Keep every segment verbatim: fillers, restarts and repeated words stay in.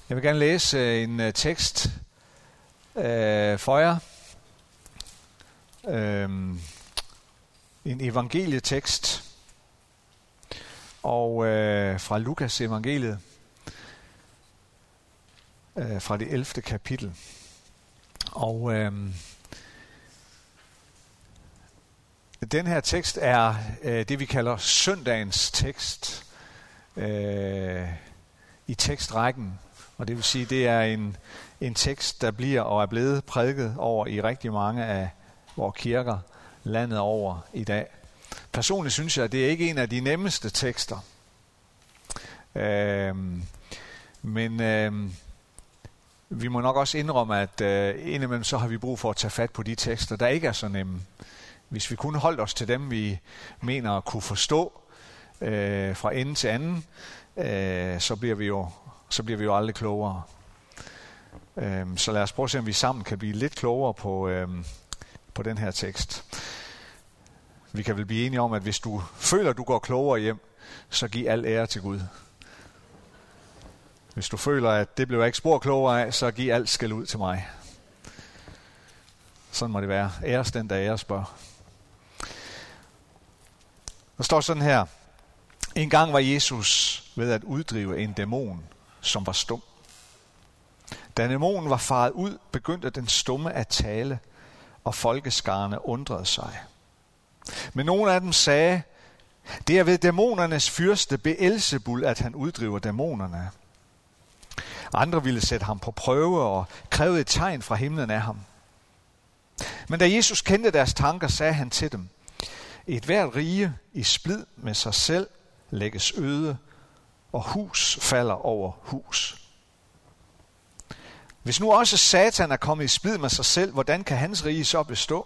Jeg vil gerne læse en uh, tekst uh, for jer. Uh, en evangelietekst. Og uh, fra Lukas evangeliet. Uh, fra det ellevte kapitel. Og uh, den her tekst er uh, det, vi kalder søndagens tekst uh, i tekstrækken. Og det vil sige, det er en, en tekst, der bliver og er blevet prædiket over i rigtig mange af vores kirker landet over i dag. Personligt synes jeg, at det er ikke en af de nemmeste tekster. Øhm, men øhm, vi må nok også indrømme, at øh, indimellem så har vi brug for at tage fat på de tekster, der ikke er så nemme. Hvis vi kun holdt os til dem, vi mener at kunne forstå øh, fra ende til anden, øh, så bliver vi jo så bliver vi jo aldrig klogere. Øhm, så lad os prøve at se, om vi sammen kan blive lidt klogere på, øhm, på den her tekst. Vi kan vel blive enige om, at hvis du føler, at du går klogere hjem, så giv al ære til Gud. Hvis du føler, at det blev jeg ikke spor klogere af, så giv alt skæld ud til mig. Sådan må det være. Æres den, der æres bør. Der står sådan her. En gang var Jesus ved at uddrive en dæmon, som var stum. Da dæmonen var faret ud, begyndte den stumme at tale, og folkeskarne undrede sig. Men nogle af dem sagde, det er ved dæmonernes fyrste Beelzebul, at han uddriver dæmonerne. Andre ville sætte ham på prøve og krævede et tegn fra himlen af ham. Men da Jesus kendte deres tanker, sagde han til dem, et hvert rige i splid med sig selv lægges øde, og hus falder over hus. Hvis nu også Satan er kommet i splid med sig selv, hvordan kan hans rige så bestå?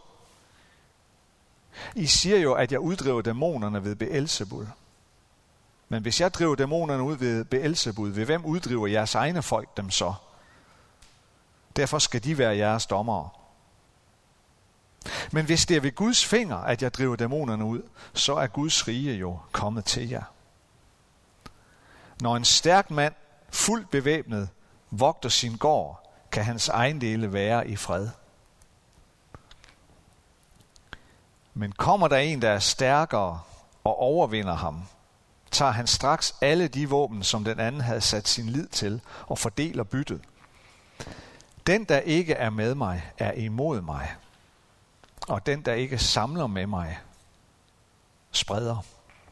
I siger jo, at jeg uddriver dæmonerne ved Beelzebul. Men hvis jeg driver dæmonerne ud ved Beelzebul, ved hvem uddriver jeres egne folk dem så? Derfor skal de være jeres dommere. Men hvis det er ved Guds finger, at jeg driver dæmonerne ud, så er Guds rige jo kommet til jer. Når en stærk mand, fuldt bevæbnet, vogter sin gård, kan hans ejendele være i fred. Men kommer der en, der er stærkere og overvinder ham, tager han straks alle de våben, som den anden havde sat sin lid til, og fordeler byttet. Den, der ikke er med mig, er imod mig, og den, der ikke samler med mig, spreder.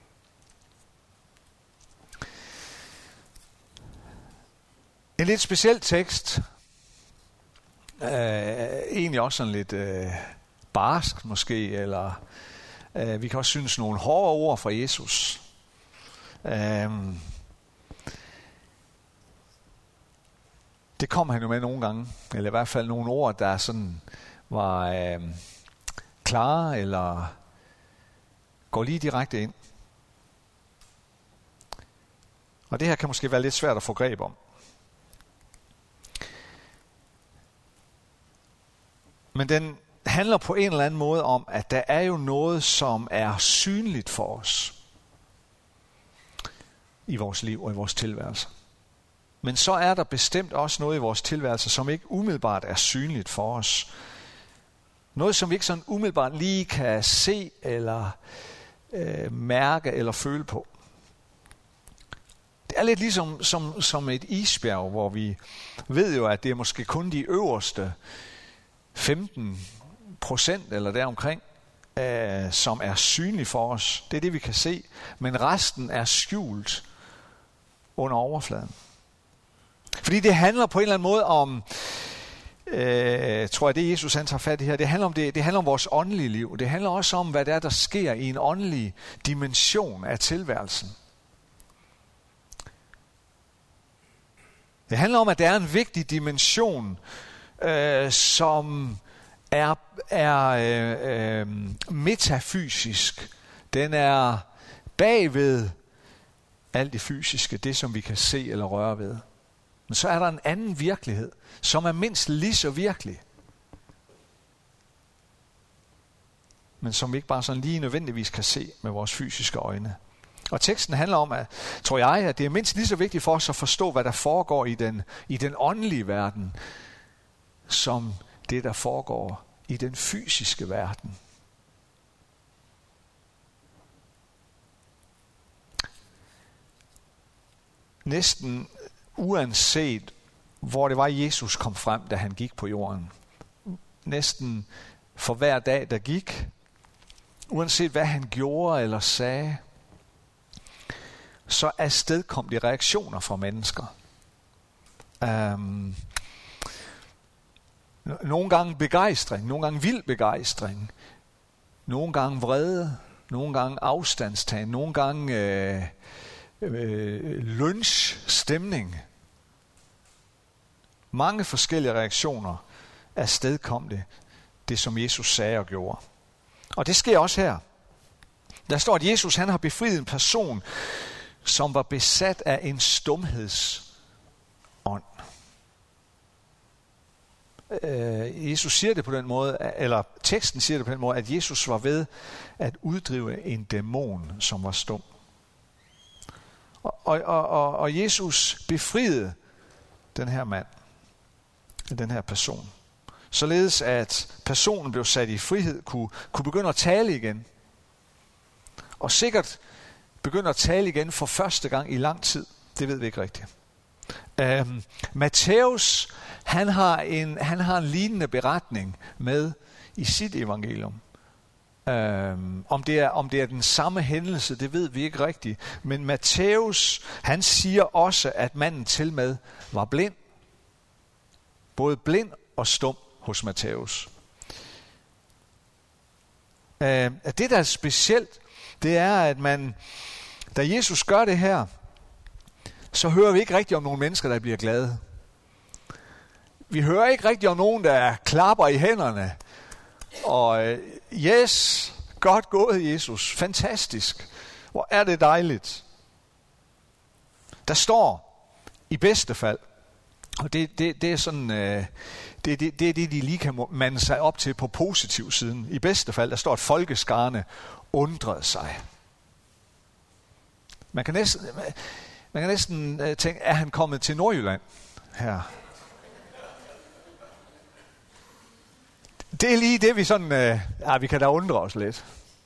En lidt speciel tekst, øh, egentlig også sådan lidt øh, barsk måske, eller øh, vi kan også synes nogle hårde ord fra Jesus. Øh, det kom han jo med nogle gange, eller i hvert fald nogle ord, der sådan var øh, klare, eller går lige direkte ind. Og det her kan måske være lidt svært at få greb om. Men den handler på en eller anden måde om, at der er jo noget, som er synligt for os i vores liv og i vores tilværelse. Men så er der bestemt også noget i vores tilværelse, som ikke umiddelbart er synligt for os. Noget, som vi ikke sådan umiddelbart lige kan se eller øh, mærke eller føle på. Det er lidt ligesom som, som et isbjerg, hvor vi ved jo, at det er måske kun de øverste femten procent eller deromkring, øh, som er synlige for os. Det er det, vi kan se. Men resten er skjult under overfladen. Fordi det handler på en eller anden måde om, øh, tror jeg, det Jesus han tager fat i her, det handler om, det, det handler om vores åndelige liv. Det handler også om, hvad det er, der sker i en åndelig dimension af tilværelsen. Det handler om, at der er en vigtig dimension, Øh, som er, er øh, øh, metafysisk. Den er bagved alt det fysiske, det som vi kan se eller røre ved. Men så er der en anden virkelighed, som er mindst lige så virkelig. Men som vi ikke bare sådan lige nødvendigvis kan se med vores fysiske øjne. Og teksten handler om, at, tror jeg, at det er mindst lige så vigtigt for os at forstå, hvad der foregår i den, i den åndelige verden, som det, der foregår i den fysiske verden. Næsten uanset, hvor det var, Jesus kom frem, da han gik på jorden. Næsten for hver dag, der gik, uanset hvad han gjorde eller sagde, så afstedkom de reaktioner fra mennesker. Um, nogle gange begejstring, nogle gange vild begejstring, nogle gange vrede, nogle gange afstandstagen, nogle gange øh, øh, lynchstemning. Mange forskellige reaktioner afstedkom det, det som Jesus sagde og gjorde. Og det sker også her. Der står, at Jesus han har befriet en person, som var besat af en stumhedsånd. Øh, Jesus siger det på den måde, eller teksten siger det på den måde, at Jesus var ved at uddrive en dæmon, som var stum. Og, og, og, og Jesus befriede den her mand, den her person, således at personen blev sat i frihed, kunne, kunne begynde at tale igen. Og sikkert begynde at tale igen for første gang i lang tid. Det ved vi ikke rigtigt. Øhm, Matthæus, han har, en, han har en lignende beretning med i sit evangelium. Øhm, om, det er, om det er den samme hændelse, det ved vi ikke rigtigt. Men Matthæus, han siger også, at manden til med var blind. Både blind og stum hos Matthæus. Øhm, det, der er specielt, det er, at man, da Jesus gør det her, så hører vi ikke rigtig om nogle mennesker, der bliver glade. Vi hører ikke rigtig om nogen, der klapper i hænderne. Og yes, godt gået Jesus, fantastisk. Hvor er det dejligt. Der står i bedste fald, og det, det, det er sådan, øh, det, det, det er det, de lige kan mande sig op til på positiv siden. I bedste fald, der står, at folkeskarne undrede sig. Man kan næsten, man kan næsten øh, tænke, er han kommet til Nordjylland her? Det er lige det, vi sådan, øh, ja, vi kan da undre os lidt.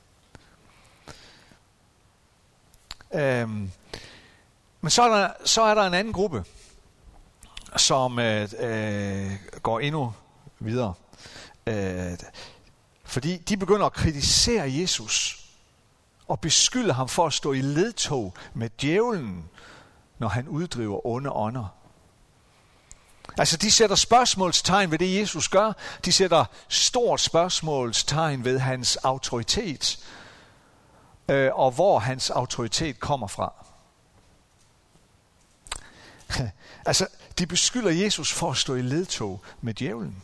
Øhm, men så er, der, så er der en anden gruppe, som øh, øh, går endnu videre. Øh, fordi de begynder at kritisere Jesus og beskylde ham for at stå i ledtog med djævlen, når han uddriver onde ånder. Altså, de sætter spørgsmålstegn ved det, Jesus gør. De sætter stort spørgsmålstegn ved hans autoritet, øh, og hvor hans autoritet kommer fra. Altså, de beskylder Jesus for at stå i ledtog med djævlen.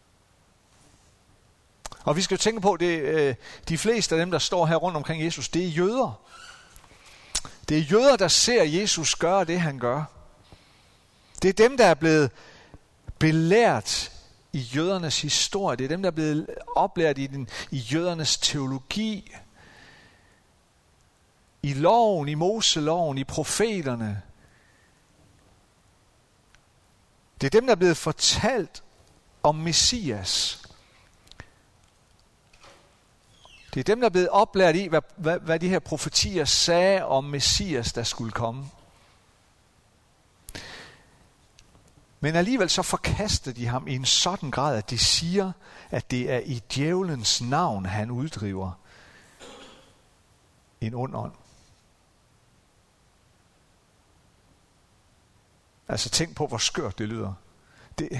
Og vi skal jo tænke på, det øh, de fleste af dem, der står her rundt omkring Jesus, det er jøder. Det er jøder, der ser Jesus gøre det, han gør. Det er dem, der er blevet belært i jødernes historie. Det er dem, der er blevet oplært i, den, i jødernes teologi. I loven, i Moseloven, i profeterne. Det er dem, der er blevet fortalt om Messias. Det er dem, der er blevet oplært i, hvad, hvad, hvad de her profetier sagde om Messias, der skulle komme. Men alligevel så forkaster de ham i en sådan grad, at de siger, at det er i djævelens navn, han uddriver en ond ånd. Altså tænk på, hvor skørt det lyder. Det,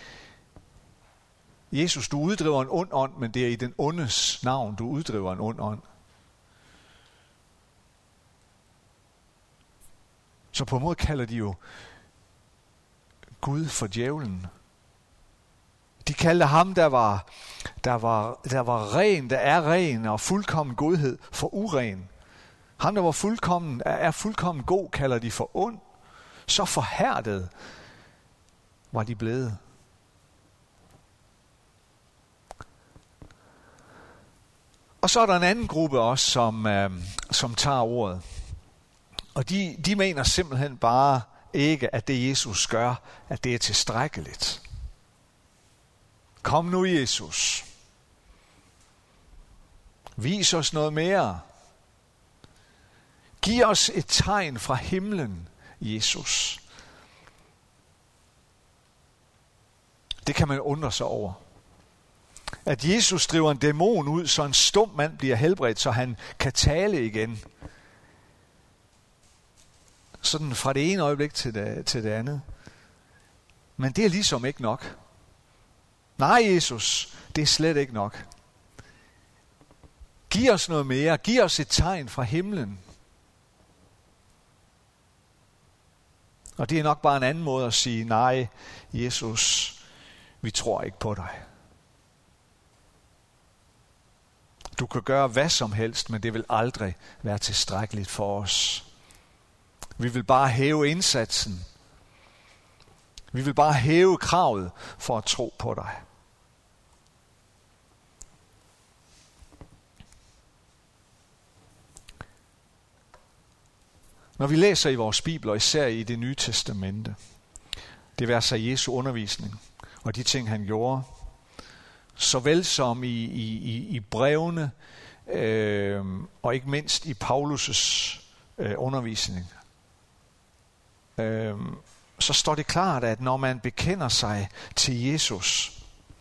Jesus, du uddriver en ond ånd, men det er i den ondes navn, du uddriver en ond ånd. Så på en måde kalder de jo Gud for djævlen. De kaldte ham, der var, der var, der var ren, der er ren og fuldkommen godhed, for uren. Ham, der var fuldkommen, er fuldkommen god, kalder de for ond. Så forhærdet var de blevet. Og så er der en anden gruppe også, som, øh, som tager ordet. Og de, de mener simpelthen bare ikke, at det Jesus gør, at det er tilstrækkeligt. Kom nu, Jesus. Vis os noget mere. Giv os et tegn fra himlen, Jesus. Det kan man undre sig over. At Jesus driver en dæmon ud, så en stum mand bliver helbredt, så han kan tale igen. Sådan fra det ene øjeblik til det, til det andet. Men det er ligesom ikke nok. Nej, Jesus, det er slet ikke nok. Giv os noget mere. Giv os et tegn fra himlen. Og det er nok bare en anden måde at sige, nej, Jesus, vi tror ikke på dig. Du kan gøre hvad som helst, men det vil aldrig være tilstrækkeligt for os. Vi vil bare hæve indsatsen. Vi vil bare hæve kravet for at tro på dig. Når vi læser i vores bibler, især i Det Nye Testamente, det vil sige Jesu undervisning og de ting, han gjorde, såvel som i, i, i brevene, øh, og ikke mindst i Paulus' øh, undervisning, øh, så står det klart, at når man bekender sig til Jesus,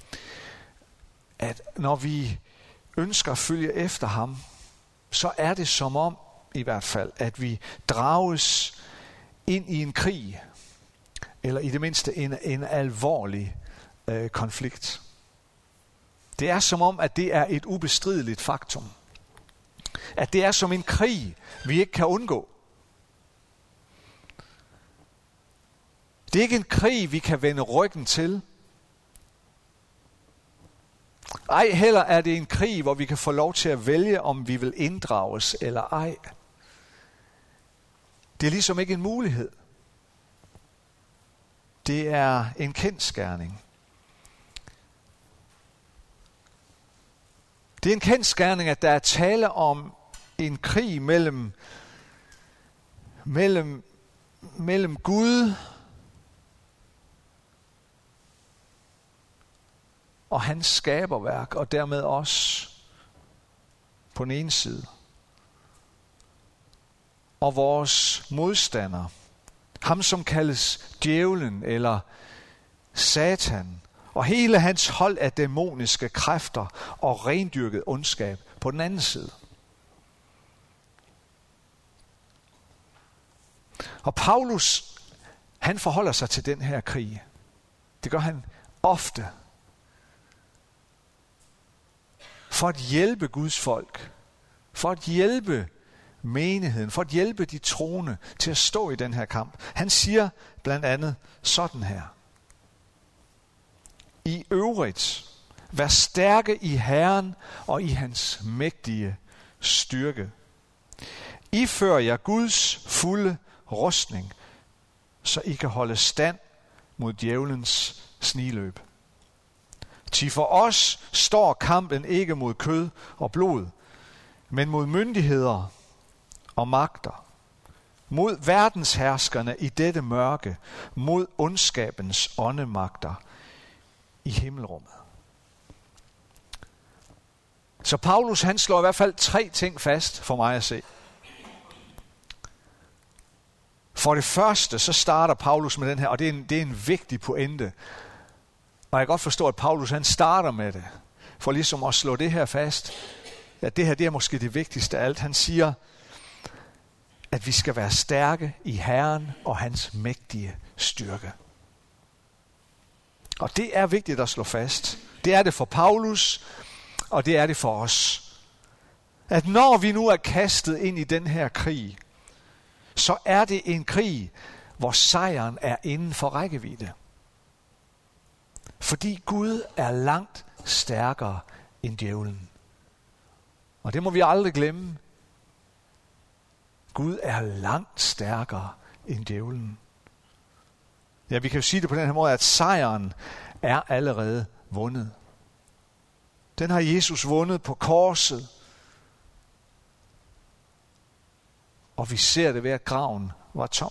at når vi ønsker at følge efter ham, så er det som om, i hvert fald, at vi drages ind i en krig, eller i det mindste en, en alvorlig øh, konflikt. Det er som om, at det er et ubestrideligt faktum. At det er som en krig, vi ikke kan undgå. Det er ikke en krig, vi kan vende ryggen til. Ej heller er det en krig, hvor vi kan få lov til at vælge, om vi vil inddrages eller ej. Det er ligesom ikke en mulighed. Det er en kendsgerning. Det er en kendsgerning, at der er tale om en krig mellem, mellem, mellem Gud og hans skaberværk, og dermed også på den ene side. Og vores modstander, ham som kaldes djævlen eller Satan, og hele hans hold af dæmoniske kræfter og rendyrket ondskab på den anden side. Og Paulus, han forholder sig til den her krig. Det gør han ofte. For at hjælpe Guds folk. For at hjælpe menigheden. For at hjælpe de troende til at stå i den her kamp. Han siger blandt andet sådan her. I øvrigt, vær stærke i Herren og i hans mægtige styrke. Ifør jer Guds fulde rustning, så I kan holde stand mod djævelens sniløb. Til for os står kampen ikke mod kød og blod, men mod myndigheder og magter, mod verdensherskerne i dette mørke, mod ondskabens åndemagter i himmelrummet. Så Paulus, han slår i hvert fald tre ting fast for mig at se. For det første, så starter Paulus med den her, og det er en, det er en vigtig pointe. Og jeg kan godt forstå, at Paulus, han starter med det, for ligesom at slå det her fast, at det her, det er måske det vigtigste af alt. Han siger, at vi skal være stærke i Herren og hans mægtige styrke. Og det er vigtigt at slå fast. Det er det for Paulus, og det er det for os. At når vi nu er kastet ind i den her krig, så er det en krig, hvor sejren er inden for rækkevidde. Fordi Gud er langt stærkere end djævlen. Og det må vi aldrig glemme. Gud er langt stærkere end djævlen. Ja, vi kan jo sige det på den her måde, at sejren er allerede vundet. Den har Jesus vundet på korset. Og vi ser det ved, at graven var tom.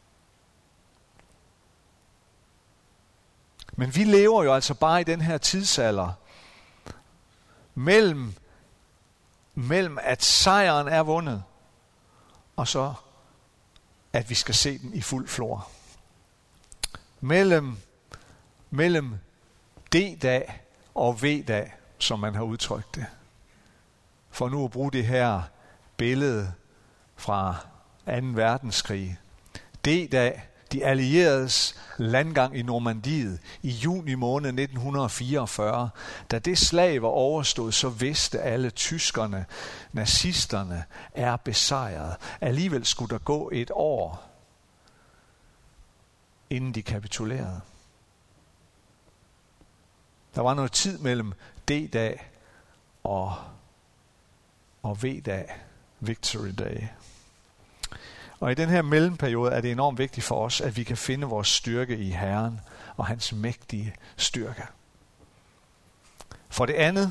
Men vi lever jo altså bare i den her tidsalder, mellem, mellem at sejren er vundet, og så at vi skal se den i fuld flor. Mellem, mellem D-dag og V-dag, som man har udtrykt det. For nu at bruge det her billede fra anden verdenskrig. D-dag, de allieredes landgang i Normandiet i juni måned nitten fireogfyrre. Da det slag var overstået, så vidste alle tyskerne, nazisterne er besejret. Alligevel skulle der gå et år, inden de kapitulerede. Der var noget tid mellem D-dag og, og V-dag, Victory Day. Og i den her mellemperiode er det enormt vigtigt for os, at vi kan finde vores styrke i Herren og hans mægtige styrke. For det andet,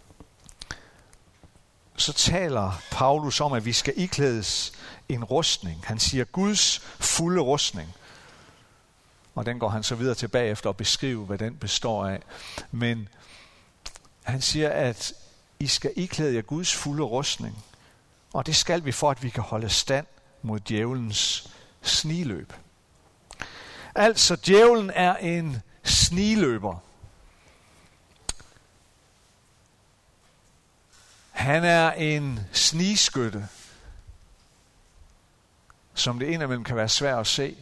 så taler Paulus om, at vi skal iklædes en rustning. Han siger Guds fulde rustning. Og den går han så videre tilbage efter at beskrive, hvad den består af. Men han siger, at I skal iklæde jer Guds fulde rustning. Og det skal vi for, at vi kan holde stand mod djævelens sniløb. Altså, djævlen er en sniløber. Han er en snigskytte, som det indimellem kan være svært at se,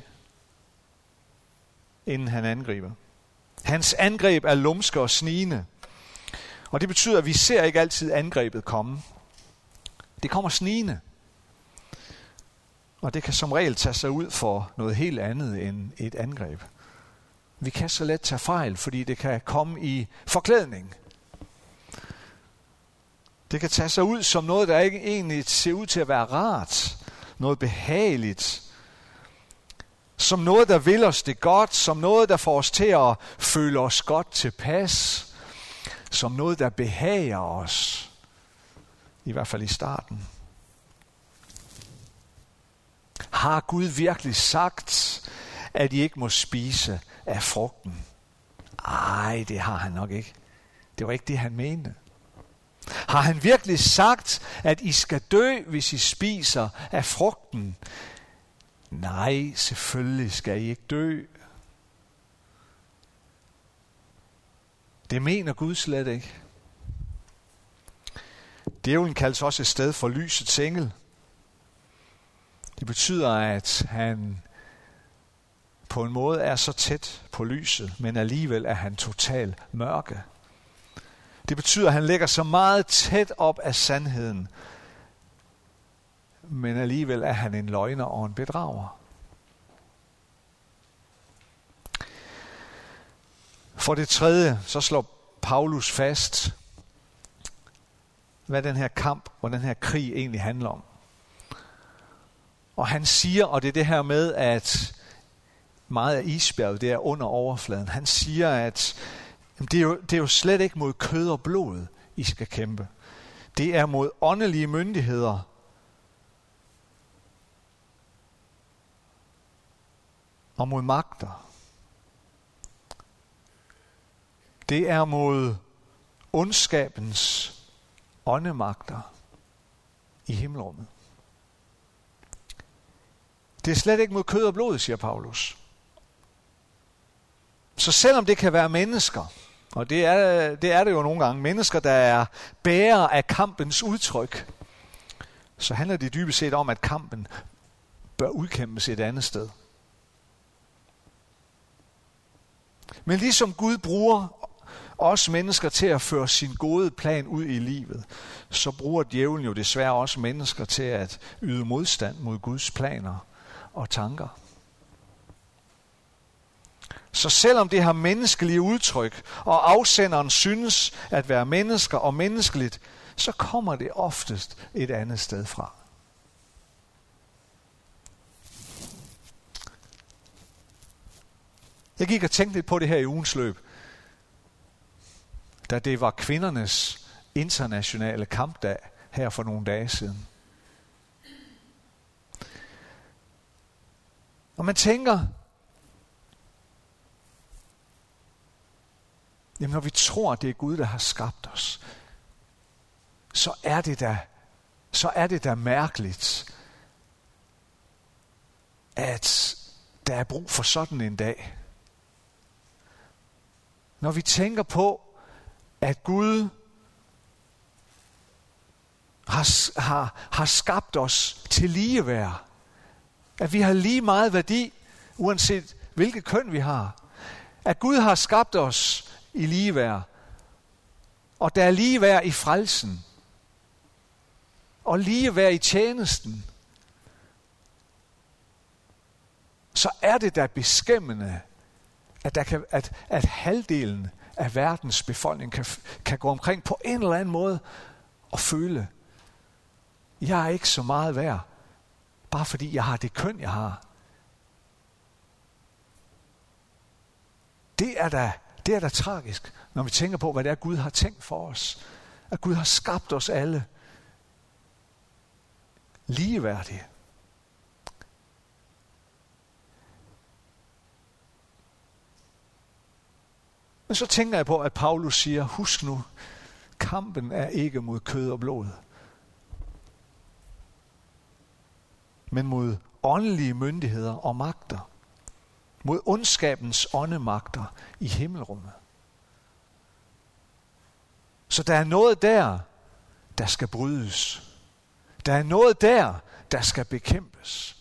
inden han angriber. Hans angreb er lumske og snigende. Og det betyder, at vi ser ikke altid angrebet komme. Det kommer snigende. Og det kan som regel tage sig ud for noget helt andet end et angreb. Vi kan så let tage fejl, fordi det kan komme i forklædning. Det kan tage sig ud som noget, der ikke egentlig ser ud til at være rart. Noget behageligt. Som noget, der vil os det godt. Som noget, der får os til at føle os godt tilpas. Som noget, der behager os. I hvert fald i starten. Har Gud virkelig sagt, at I ikke må spise af frugten? Ej, det har han nok ikke. Det var ikke det, han mente. Har han virkelig sagt, at I skal dø, hvis I spiser af frugten? Nej, selvfølgelig skal I ikke dø. Det mener Gud slet ikke. Djævlen kaldes også et sted for lysets engel. Det betyder, at han på en måde er så tæt på lyset, men alligevel er han total mørke. Det betyder, at han ligger så meget tæt op af sandheden, men alligevel er han en løgner og en bedrager. For det tredje, så slår Paulus fast, hvad den her kamp og den her krig egentlig handler om. Og han siger, og det er det her med, at meget af isbjerget, det er under overfladen. Han siger, at det er, jo, det er jo slet ikke mod kød og blod, I skal kæmpe. Det er mod åndelige myndigheder. Og mod magter. Det er mod ondskabens åndemagter i himmelrummet. Det er slet ikke mod kød og blod, siger Paulus. Så selvom det kan være mennesker, og det er, det er det jo nogle gange, mennesker, der er bærere af kampens udtryk, så handler det dybest set om, at kampen bør udkæmpes et andet sted. Men ligesom Gud bruger os mennesker til at føre sin gode plan ud i livet, så bruger djævlen jo desværre også mennesker til at yde modstand mod Guds planer og tanker. Så selvom det har menneskelige udtryk, og afsenderen synes at være mennesker og menneskeligt, så kommer det oftest et andet sted fra. Jeg gik og tænkte lidt på det her i ugens løb, da det var kvindernes internationale kampdag her for nogle dage siden. Og man tænker, jamen når vi tror, det er Gud, der har skabt os, så er det da, så er det da mærkeligt, at der er brug for sådan en dag. Når vi tænker på, at Gud har, har, har skabt os til ligeværd, at vi har lige meget værdi, uanset hvilket køn vi har, at Gud har skabt os i ligeværd, og der er ligeværd i frelsen, og ligeværd i tjenesten, så er det da beskæmmende, at, der kan, at, at halvdelen af verdens befolkning kan, kan gå omkring på en eller anden måde og føle, jeg er ikke så meget værd, bare fordi jeg har det køn, jeg har. Det er da, det er da tragisk, når vi tænker på, hvad det er, Gud har tænkt for os. At Gud har skabt os alle ligeværdige. Men så tænker jeg på, at Paulus siger, husk nu, kampen er ikke mod kød og blod, men mod åndelige myndigheder og magter, mod ondskabens åndemagter i himmelrummet. Så der er noget der, der skal brydes. Der er noget der, der skal bekæmpes.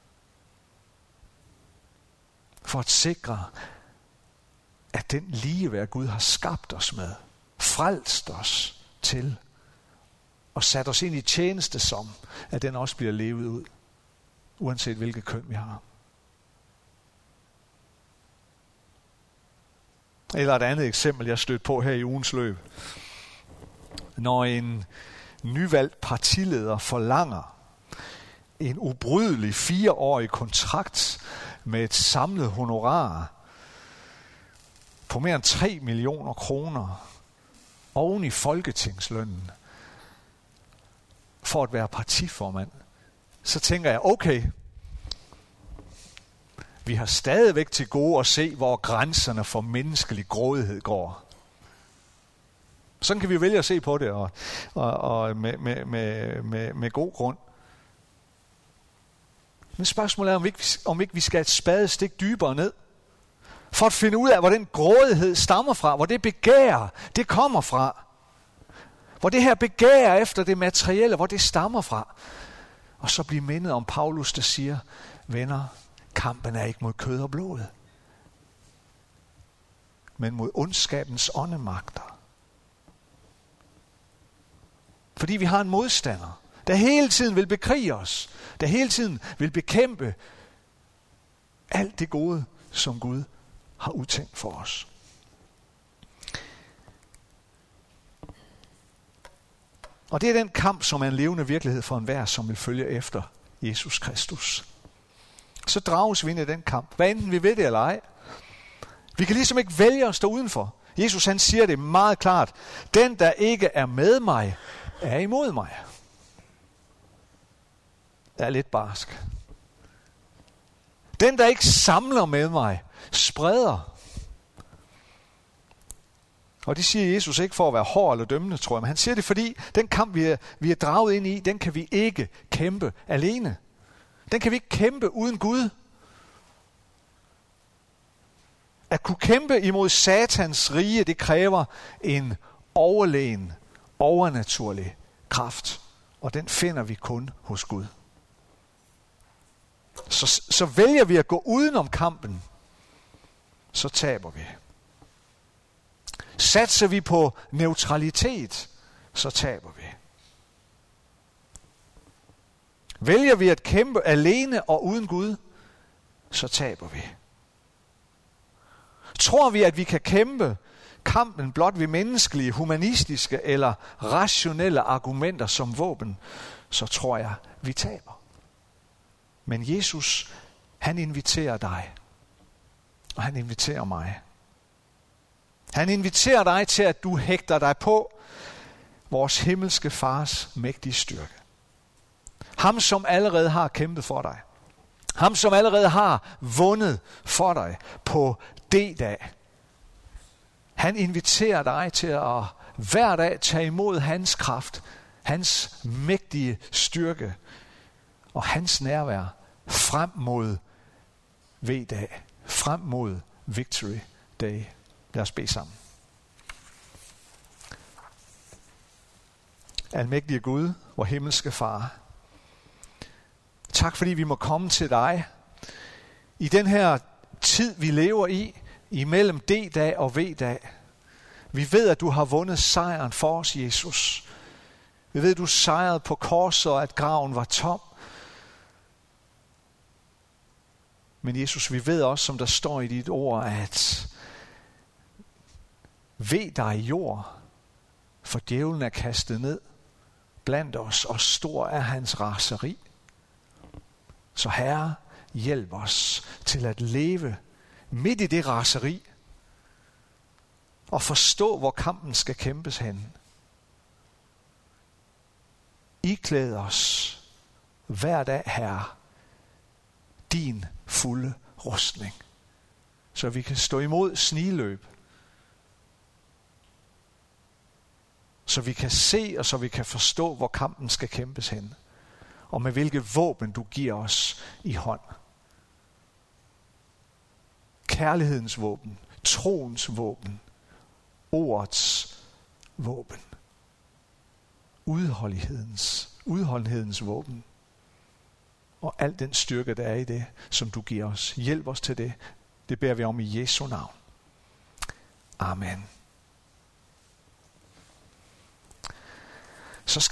For at sikre, at den ligeværd Gud har skabt os med, frelst os til og sat os ind i tjeneste som, at den også bliver levet ud, uanset hvilket køn vi har. Eller et andet eksempel, jeg stødte på her i ugens løb. Når en nyvalgt partileder forlanger en ubrydelig fireårig kontrakt med et samlet honorar på mere end tre millioner kroner oven i folketingslønnen for at være partiformand, så tænker jeg, okay, vi har stadigvæk til gode at se, hvor grænserne for menneskelig grådighed går. Sådan kan vi vælge at se på det, og, og, og med, med, med, med, med god grund. Men spørgsmålet er, om ikke, om ikke vi skal et spadestik dybere ned, for at finde ud af, hvor den grådighed stammer fra, hvor det begær, det kommer fra. Hvor det her begær efter det materielle, hvor det stammer fra. Og så blive mindet om Paulus, der siger, venner, kampen er ikke mod kød og blod, men mod ondskabens åndemagter. Fordi vi har en modstander, der hele tiden vil bekrige os, der hele tiden vil bekæmpe alt det gode, som Gud har udtænkt for os. Og det er den kamp, som er en levende virkelighed for enhver, som vil følge efter Jesus Kristus. Så drages vi ind i den kamp, hvad enten vi ved det eller ej. Vi kan ligesom ikke vælge at stå udenfor. Jesus han siger det meget klart. Den, der ikke er med mig, er imod mig. Det er lidt barsk. Den, der ikke samler med mig, spreder. Og det siger Jesus ikke for at være hård eller dømmende, tror jeg, men han siger det, fordi den kamp, vi er, vi er draget ind i, den kan vi ikke kæmpe alene. Den kan vi ikke kæmpe uden Gud. At kunne kæmpe imod Satans rige, det kræver en overlegen, overnaturlig kraft. Og den finder vi kun hos Gud. Så, så vælger vi at gå udenom kampen, så taber vi. Satser vi på neutralitet, så taber vi. Vælger vi at kæmpe alene og uden Gud, så taber vi. Tror vi, at vi kan kæmpe kampen blot ved menneskelige, humanistiske eller rationelle argumenter som våben, så tror jeg, vi taber. Men Jesus, han inviterer dig, og han inviterer mig. Han inviterer dig til, at du hægter dig på vores himmelske fars mægtige styrke. Ham, som allerede har kæmpet for dig. Ham, som allerede har vundet for dig på D-dag. Han inviterer dig til at hver dag tage imod hans kraft, hans mægtige styrke og hans nærvær frem mod V-dag, frem mod Victory Day. Lad os bede sammen. Almægtige Gud, vor himmelske Far, tak fordi vi må komme til dig i den her tid, vi lever i, imellem D-dag og V-dag. Vi ved, at du har vundet sejren for os, Jesus. Vi ved, at du sejrede på korset, og at graven var tom. Men Jesus, vi ved også, som der står i dit ord, at ved dig jord, for djævlen er kastet ned blandt os, og stor er hans raseri. Så Herre, hjælp os til at leve midt i det raseri, og forstå, hvor kampen skal kæmpes hen. Iklæd os hver dag, Herre, din fulde rustning, så vi kan stå imod snigløb, så vi kan se og så vi kan forstå, hvor kampen skal kæmpes hen, og med hvilke våben du giver os i hånd. Kærlighedens våben, troens våben, ordets våben, udholdenhedens, udholdenhedens våben, og al den styrke, der er i det, som du giver os. Hjælp os til det. Det beder vi om i Jesu navn. Amen.